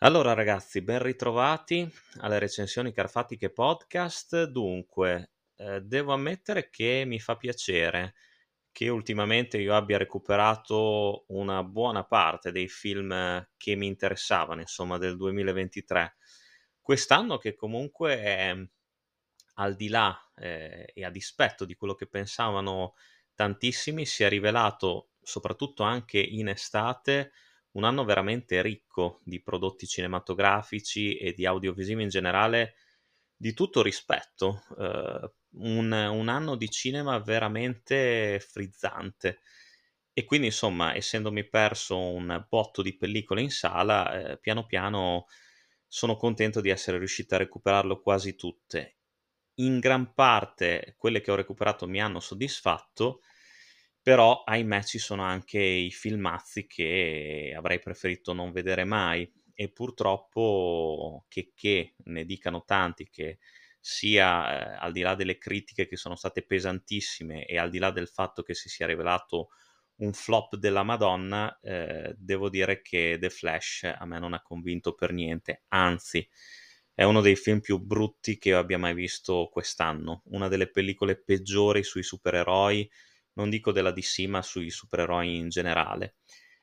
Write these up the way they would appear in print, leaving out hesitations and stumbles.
Allora ragazzi, ben ritrovati alle recensioni Carfatiche Podcast. Dunque, devo ammettere che mi fa piacere che ultimamente io abbia recuperato una buona parte dei film che mi interessavano, insomma, del 2023. Quest'anno che comunque al di là, e a dispetto di quello che pensavano tantissimi, si è rivelato, soprattutto anche in estate, un anno veramente ricco di prodotti cinematografici e di audiovisivi in generale di tutto rispetto. Un anno di cinema veramente frizzante. E quindi insomma, essendomi perso un botto di pellicole in sala, piano piano sono contento di essere riuscito a recuperarlo quasi tutte. In gran parte quelle che ho recuperato mi hanno soddisfatto, però ahimè ci sono anche i filmazzi che avrei preferito non vedere mai e purtroppo checché ne dicano tanti che sia, al di là delle critiche che sono state pesantissime e al di là del fatto che si sia rivelato un flop della Madonna, devo dire che The Flash a me non ha convinto per niente, anzi è uno dei film più brutti che io abbia mai visto quest'anno, una delle pellicole peggiori sui supereroi, non dico della DC, ma sui supereroi in generale.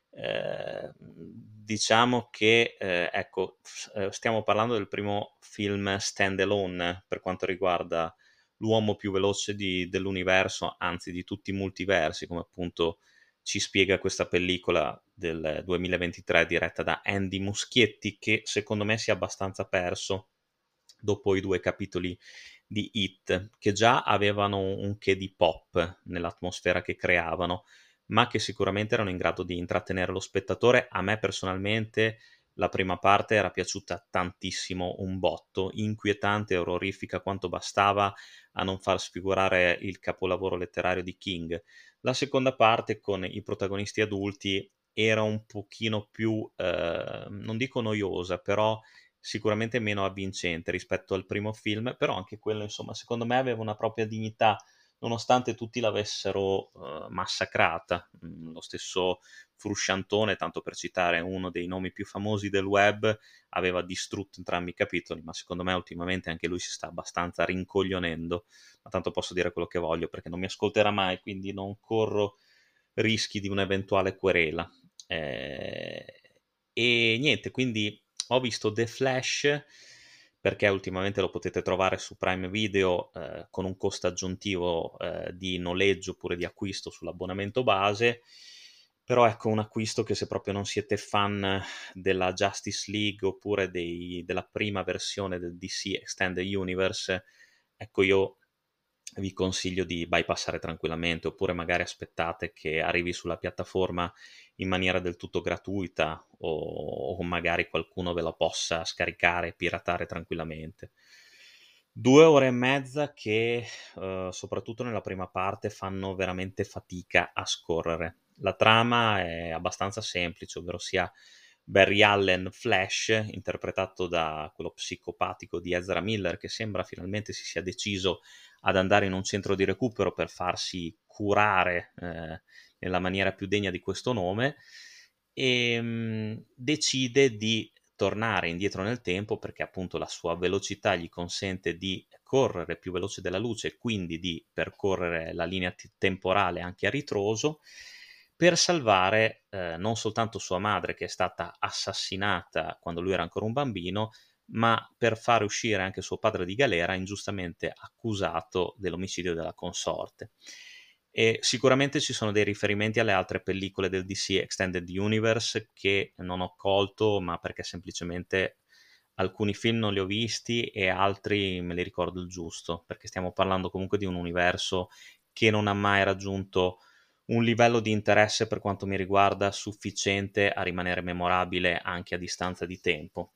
Diciamo che, ecco, stiamo parlando del primo film stand alone per quanto riguarda l'uomo più veloce dell'universo, anzi di tutti i multiversi, come appunto ci spiega questa pellicola del 2023 diretta da Andy Muschietti, che secondo me si è abbastanza perso dopo i 2 capitoli di It, che già avevano un che di pop nell'atmosfera che creavano, ma che sicuramente erano in grado di intrattenere lo spettatore. A me personalmente la prima parte era piaciuta tantissimo, un botto, inquietante e orrorifica quanto bastava a non far sfigurare il capolavoro letterario di King. La seconda parte, con i protagonisti adulti, era un pochino più, non dico noiosa, però sicuramente meno avvincente rispetto al primo film, però anche quello, insomma, secondo me aveva una propria dignità, nonostante tutti l'avessero massacrata. Lo stesso Frusciantone, tanto per citare uno dei nomi più famosi del web, aveva distrutto entrambi i capitoli, ma secondo me ultimamente anche lui si sta abbastanza rincoglionendo, ma tanto posso dire quello che voglio perché non mi ascolterà mai, quindi non corro rischi di un'eventuale querela. E niente, quindi ho visto The Flash perché ultimamente lo potete trovare su Prime Video con un costo aggiuntivo di noleggio oppure di acquisto sull'abbonamento base. Però ecco, un acquisto che se proprio non siete fan della Justice League oppure della prima versione del DC Extended Universe, ecco io vi consiglio di bypassare tranquillamente, oppure magari aspettate che arrivi sulla piattaforma in maniera del tutto gratuita o magari qualcuno ve la possa scaricare e piratare tranquillamente. 2 ore e mezza che, soprattutto nella prima parte, fanno veramente fatica a scorrere. La trama è abbastanza semplice, ovverosia Barry Allen Flash, interpretato da quello psicopatico di Ezra Miller, che sembra finalmente si sia deciso ad andare in un centro di recupero per farsi curare nella maniera più degna di questo nome, e decide di tornare indietro nel tempo perché appunto la sua velocità gli consente di correre più veloce della luce e quindi di percorrere la linea temporale anche a ritroso per salvare non soltanto sua madre che è stata assassinata quando lui era ancora un bambino, ma per fare uscire anche suo padre di galera, ingiustamente accusato dell'omicidio della consorte. E sicuramente ci sono dei riferimenti alle altre pellicole del DC Extended Universe che non ho colto, ma perché semplicemente alcuni film non li ho visti e altri me li ricordo il giusto, perché stiamo parlando comunque di un universo che non ha mai raggiunto un livello di interesse per quanto mi riguarda sufficiente a rimanere memorabile anche a distanza di tempo.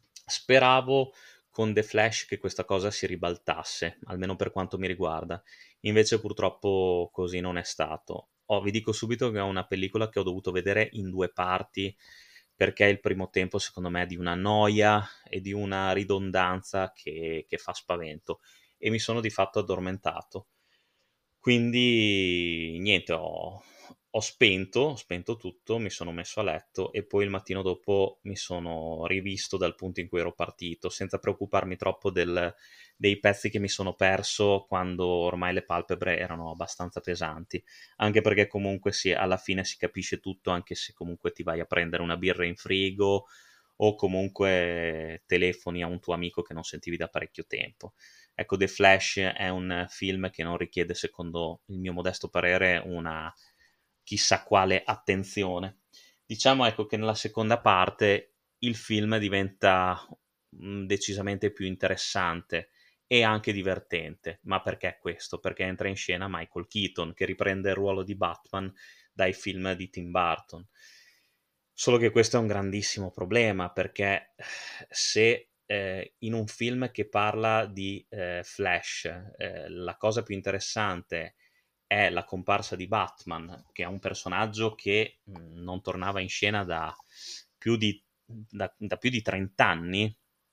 Speravo con The Flash che questa cosa si ribaltasse, almeno per quanto mi riguarda. Invece purtroppo così non è stato. Vi dico subito che è una pellicola che ho dovuto vedere in 2 parti perché il primo tempo secondo me è di una noia e di una ridondanza che fa spavento e mi sono di fatto addormentato. Quindi niente, ho ho spento tutto, mi sono messo a letto e poi il mattino dopo mi sono rivisto dal punto in cui ero partito, senza preoccuparmi troppo dei pezzi che mi sono perso quando ormai le palpebre erano abbastanza pesanti, anche perché comunque sì, alla fine si capisce tutto, anche se comunque ti vai a prendere una birra in frigo o comunque telefoni a un tuo amico che non sentivi da parecchio tempo. Ecco, The Flash è un film che non richiede, secondo il mio modesto parere, una chissà quale attenzione. Diciamo, ecco, che nella seconda parte il film diventa decisamente più interessante e anche divertente. Ma perché questo? Perché entra in scena Michael Keaton, che riprende il ruolo di Batman dai film di Tim Burton. Solo che questo è un grandissimo problema, perché se in un film che parla di Flash, la cosa più interessante è la comparsa di Batman, che è un personaggio che non tornava in scena da più di 30 anni,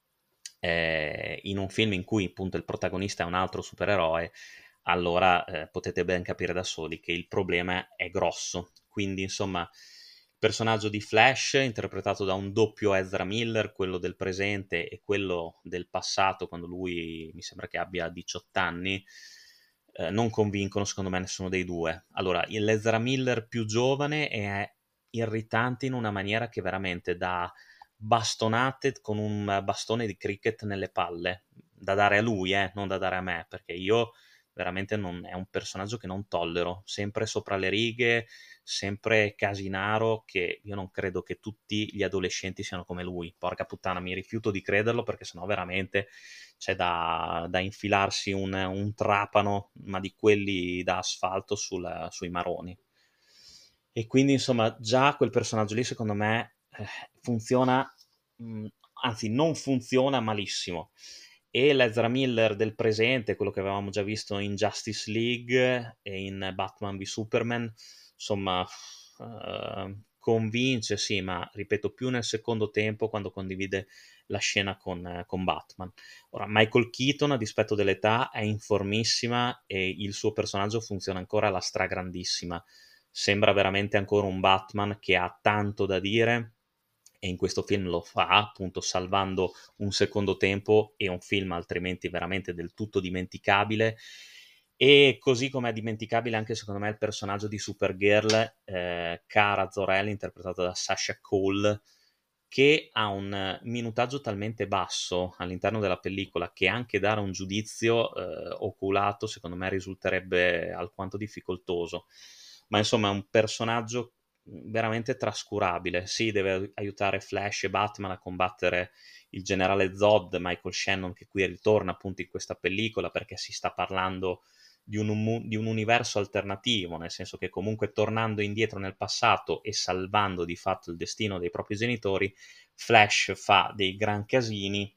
in un film in cui appunto il protagonista è un altro supereroe, allora potete ben capire da soli che il problema è grosso. Quindi, insomma, il personaggio di Flash, interpretato da un doppio Ezra Miller, quello del presente e quello del passato, quando lui mi sembra che abbia 18 anni, non convincono secondo me nessuno dei due. Allora, l'Ezra Miller più giovane è irritante in una maniera che veramente dà bastonate con un bastone di cricket nelle palle, da dare a lui, non da dare a me, perché io veramente non, è un personaggio che non tollero, sempre sopra le righe, sempre casinaro, che io non credo che tutti gli adolescenti siano come lui. Porca puttana, mi rifiuto di crederlo perché sennò veramente c'è da infilarsi un trapano, ma di quelli da asfalto sui maroni. E quindi, insomma, già quel personaggio lì, secondo me, funziona, mh, anzi, non funziona malissimo. E l'Ezra Miller del presente, quello che avevamo già visto in Justice League e in Batman v Superman, insomma, convince, sì, ma ripeto, più nel secondo tempo quando condivide la scena con Batman. Ora, Michael Keaton, a dispetto dell'età, è in formissima e il suo personaggio funziona ancora alla stragrandissima. Sembra veramente ancora un Batman che ha tanto da dire e in questo film lo fa, appunto, salvando un secondo tempo e un film altrimenti veramente del tutto dimenticabile. E così come è dimenticabile anche secondo me il personaggio di Supergirl, Kara Zor-El, interpretata da Sasha Cole, che ha un minutaggio talmente basso all'interno della pellicola che anche dare un giudizio oculato secondo me risulterebbe alquanto difficoltoso. Ma insomma è un personaggio veramente trascurabile. Sì, deve aiutare Flash e Batman a combattere il generale Zod, Michael Shannon, che qui ritorna appunto in questa pellicola perché si sta parlando di un universo alternativo, nel senso che comunque tornando indietro nel passato e salvando di fatto il destino dei propri genitori, Flash fa dei gran casini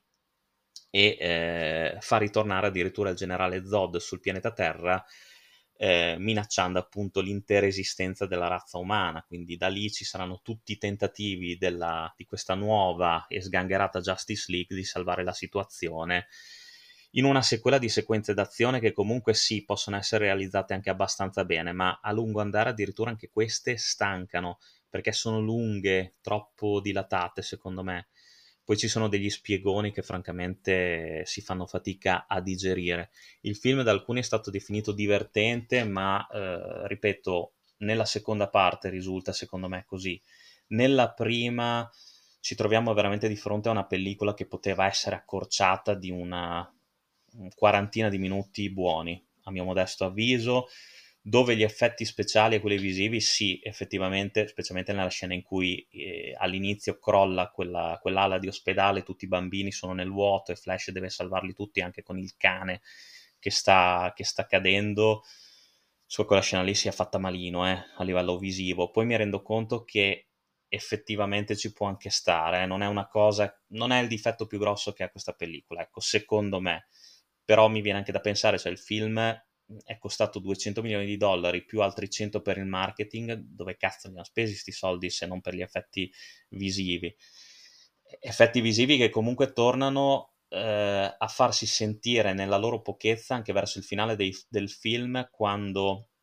e fa ritornare addirittura il generale Zod sul pianeta Terra, minacciando appunto l'intera esistenza della razza umana. Quindi da lì ci saranno tutti i tentativi di questa nuova e sgangherata Justice League di salvare la situazione in una sequela di sequenze d'azione che comunque sì, possono essere realizzate anche abbastanza bene, ma a lungo andare addirittura anche queste stancano, perché sono lunghe, troppo dilatate secondo me. Poi ci sono degli spiegoni che francamente si fanno fatica a digerire. Il film da alcuni è stato definito divertente, ma ripeto, nella seconda parte risulta secondo me così. Nella prima ci troviamo veramente di fronte a una pellicola che poteva essere accorciata di una quarantina di minuti buoni, a mio modesto avviso, dove gli effetti speciali e quelli visivi, sì, effettivamente, specialmente nella scena in cui all'inizio crolla quell'ala di ospedale, tutti i bambini sono nel vuoto e Flash deve salvarli tutti anche con il cane che sta cadendo. Quella scena lì si è fatta malino, a livello visivo. Poi mi rendo conto che effettivamente ci può anche stare, non è una cosa, non è il difetto più grosso che ha questa pellicola, ecco, secondo me. Però mi viene anche da pensare, cioè il film è costato 200 milioni di dollari più altri 100 per il marketing, dove cazzo li hanno spesi sti soldi se non per gli effetti visivi? Effetti visivi che comunque tornano a farsi sentire nella loro pochezza anche verso il finale del film, quando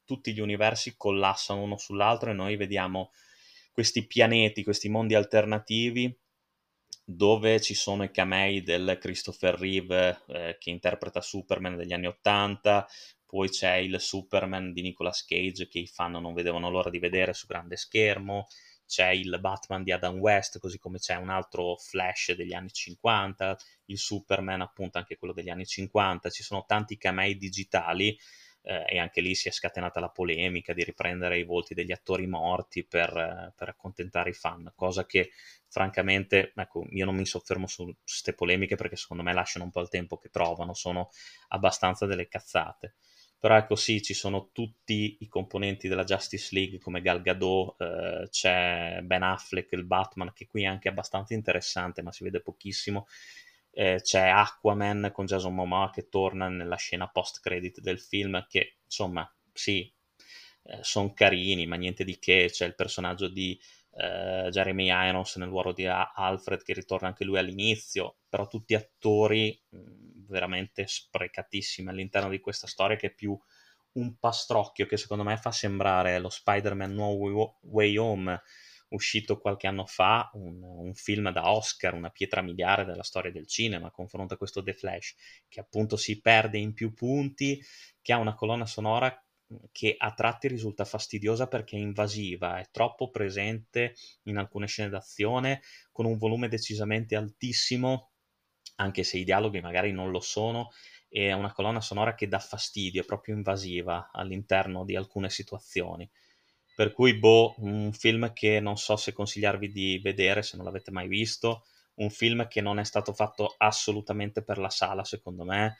tutti gli universi collassano uno sull'altro e noi vediamo questi pianeti, questi mondi alternativi dove ci sono i camei del Christopher Reeve che interpreta Superman degli anni '80, poi c'è il Superman di Nicolas Cage che i fan non vedevano l'ora di vedere su grande schermo, c'è il Batman di Adam West, così come c'è un altro Flash degli anni '50, il Superman appunto anche quello degli anni '50, ci sono tanti camei digitali e anche lì si è scatenata la polemica di riprendere i volti degli attori morti per accontentare i fan, cosa che francamente, ecco, io non mi soffermo su queste polemiche perché secondo me lasciano un po' il tempo che trovano, sono abbastanza delle cazzate. Però ecco sì, ci sono tutti i componenti della Justice League come Gal Gadot, c'è Ben Affleck, il Batman, che qui è anche abbastanza interessante, ma si vede pochissimo. C'è Aquaman con Jason Momoa che torna nella scena post-credit del film, che insomma, sì, sono carini, ma niente di che. C'è il personaggio di Jeremy Irons nel ruolo di Alfred che ritorna anche lui all'inizio, però tutti attori veramente sprecatissimi all'interno di questa storia che è più un pastrocchio che secondo me fa sembrare lo Spider-Man No Way Home uscito qualche anno fa, un film da Oscar, una pietra miliare della storia del cinema, confronto a questo The Flash, che appunto si perde in più punti, che ha una colonna sonora che a tratti risulta fastidiosa perché è invasiva, è troppo presente in alcune scene d'azione, con un volume decisamente altissimo, anche se i dialoghi magari non lo sono, e è una colonna sonora che dà fastidio, è proprio invasiva all'interno di alcune situazioni. Per cui, boh, un film che non so se consigliarvi di vedere se non l'avete mai visto, un film che non è stato fatto assolutamente per la sala, secondo me,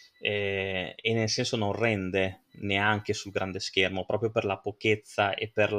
e nel senso non rende neanche sul grande schermo, proprio per la pochezza e per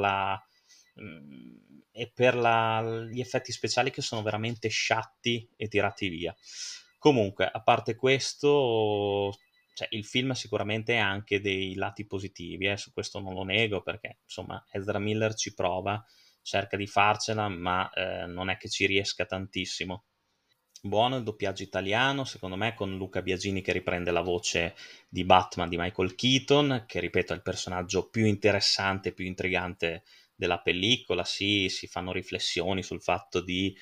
gli effetti speciali che sono veramente sciatti e tirati via. Comunque, a parte questo, cioè, il film sicuramente ha anche dei lati positivi, su questo non lo nego, perché insomma Ezra Miller ci prova, cerca di farcela, ma non è che ci riesca tantissimo. Buono il doppiaggio italiano, secondo me, con Luca Biagini che riprende la voce di Batman di Michael Keaton, che ripeto è il personaggio più interessante, più intrigante della pellicola. Sì, si fanno riflessioni sul fatto di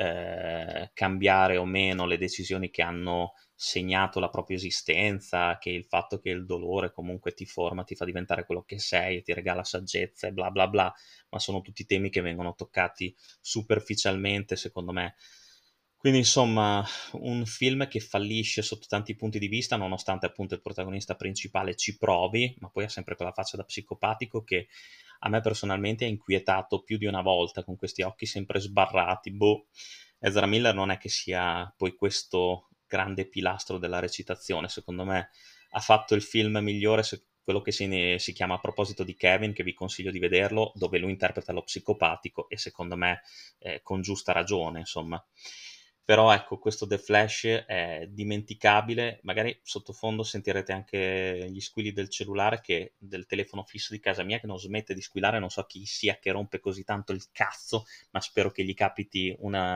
cambiare o meno le decisioni che hanno segnato la propria esistenza, che il fatto che il dolore comunque ti forma, ti fa diventare quello che sei e ti regala saggezza e bla bla bla, ma sono tutti temi che vengono toccati superficialmente, secondo me. Quindi insomma, un film che fallisce sotto tanti punti di vista, nonostante appunto il protagonista principale ci provi, ma poi ha sempre quella faccia da psicopatico che a me personalmente ha inquietato più di una volta, con questi occhi sempre sbarrati. Boh, Ezra Miller non è che sia poi questo grande pilastro della recitazione, secondo me ha fatto il film migliore, quello che si chiama A proposito di Kevin, che vi consiglio di vederlo, dove lui interpreta lo psicopatico e secondo me con giusta ragione, insomma. Però ecco, questo The Flash è dimenticabile, magari sottofondo sentirete anche gli squilli del cellulare del telefono fisso di casa mia che non smette di squillare, non so chi sia che rompe così tanto il cazzo, ma spero che gli capiti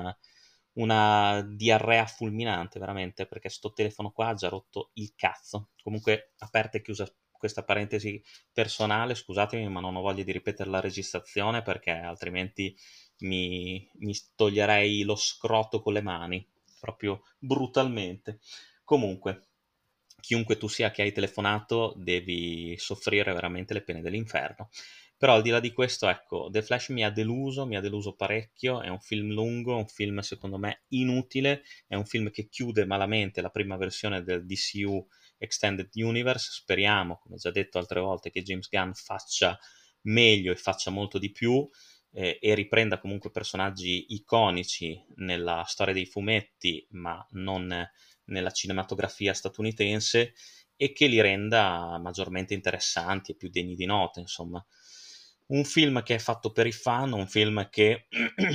una diarrea fulminante, veramente, perché sto telefono qua ha già rotto il cazzo. Comunque, aperta e chiusa questa parentesi personale, scusatemi, ma non ho voglia di ripetere la registrazione perché altrimenti mi toglierei lo scroto con le mani, proprio brutalmente. Comunque, chiunque tu sia che hai telefonato, devi soffrire veramente le pene dell'inferno. Però al di là di questo, ecco, The Flash mi ha deluso parecchio, è un film lungo, un film secondo me inutile, è un film che chiude malamente la prima versione del DCU Extended Universe, speriamo, come già detto altre volte, che James Gunn faccia meglio e faccia molto di più, e riprenda comunque personaggi iconici nella storia dei fumetti, ma non nella cinematografia statunitense, e che li renda maggiormente interessanti e più degni di nota, insomma. Un film che è fatto per i fan, un film che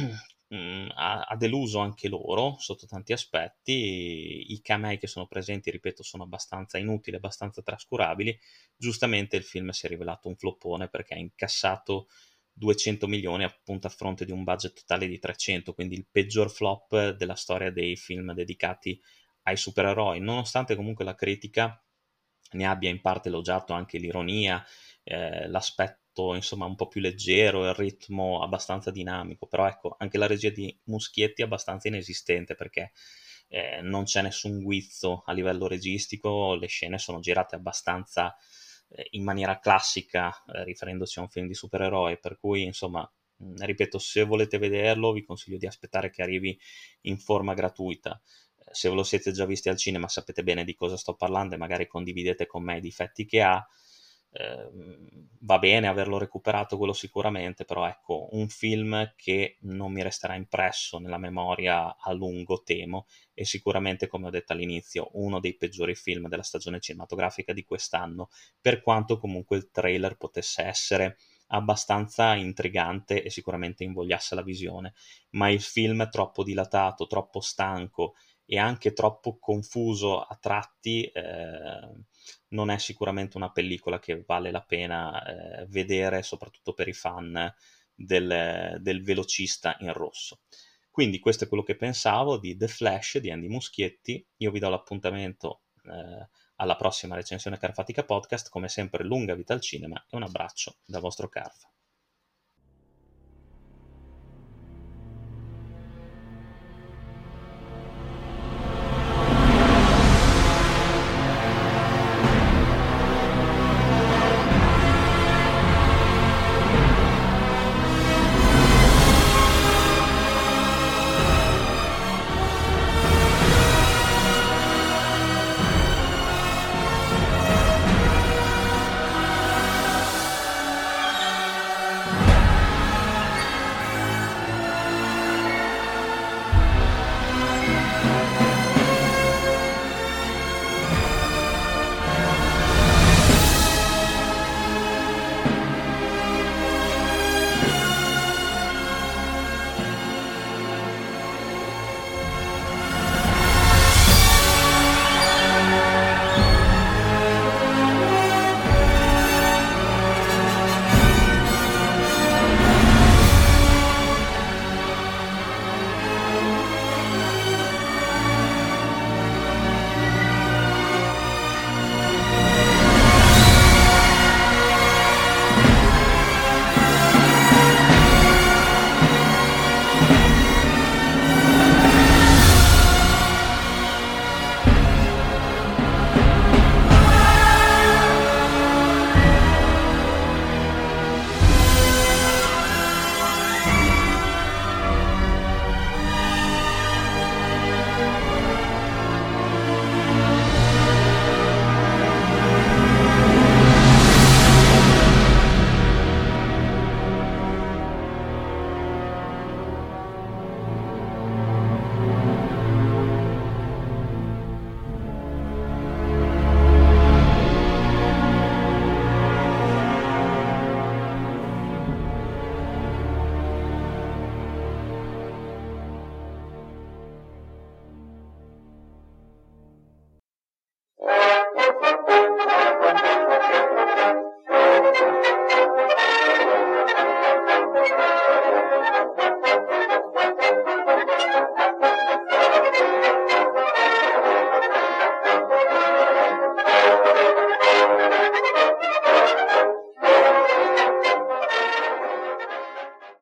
ha deluso anche loro sotto tanti aspetti. I camei che sono presenti, ripeto, sono abbastanza inutili, abbastanza trascurabili. Giustamente il film si è rivelato un floppone perché ha incassato 200 milioni appunto a fronte di un budget totale di 300, quindi il peggior flop della storia dei film dedicati ai supereroi, nonostante comunque la critica ne abbia in parte elogiato anche l'ironia l'aspetto insomma un po' più leggero, il ritmo abbastanza dinamico, però ecco, anche la regia di Muschietti è abbastanza inesistente perché non c'è nessun guizzo a livello registico, le scene sono girate abbastanza in maniera classica, riferendosi a un film di supereroi, per cui insomma, ripeto, se volete vederlo vi consiglio di aspettare che arrivi in forma gratuita. Se ve lo siete già visti al cinema sapete bene di cosa sto parlando e magari condividete con me i difetti che ha. Va bene averlo recuperato, quello sicuramente, però ecco, un film che non mi resterà impresso nella memoria a lungo, temo, e sicuramente, come ho detto all'inizio, uno dei peggiori film della stagione cinematografica di quest'anno, per quanto comunque il trailer potesse essere abbastanza intrigante e sicuramente invogliasse la visione, ma il film è troppo dilatato, troppo stanco e anche troppo confuso a tratti, non è sicuramente una pellicola che vale la pena vedere, soprattutto per i fan del velocista in rosso. Quindi questo è quello che pensavo di The Flash di Andy Muschietti. Io vi do l'appuntamento alla prossima recensione Carfatica Podcast. Come sempre, lunga vita al cinema e un abbraccio dal vostro Carfa.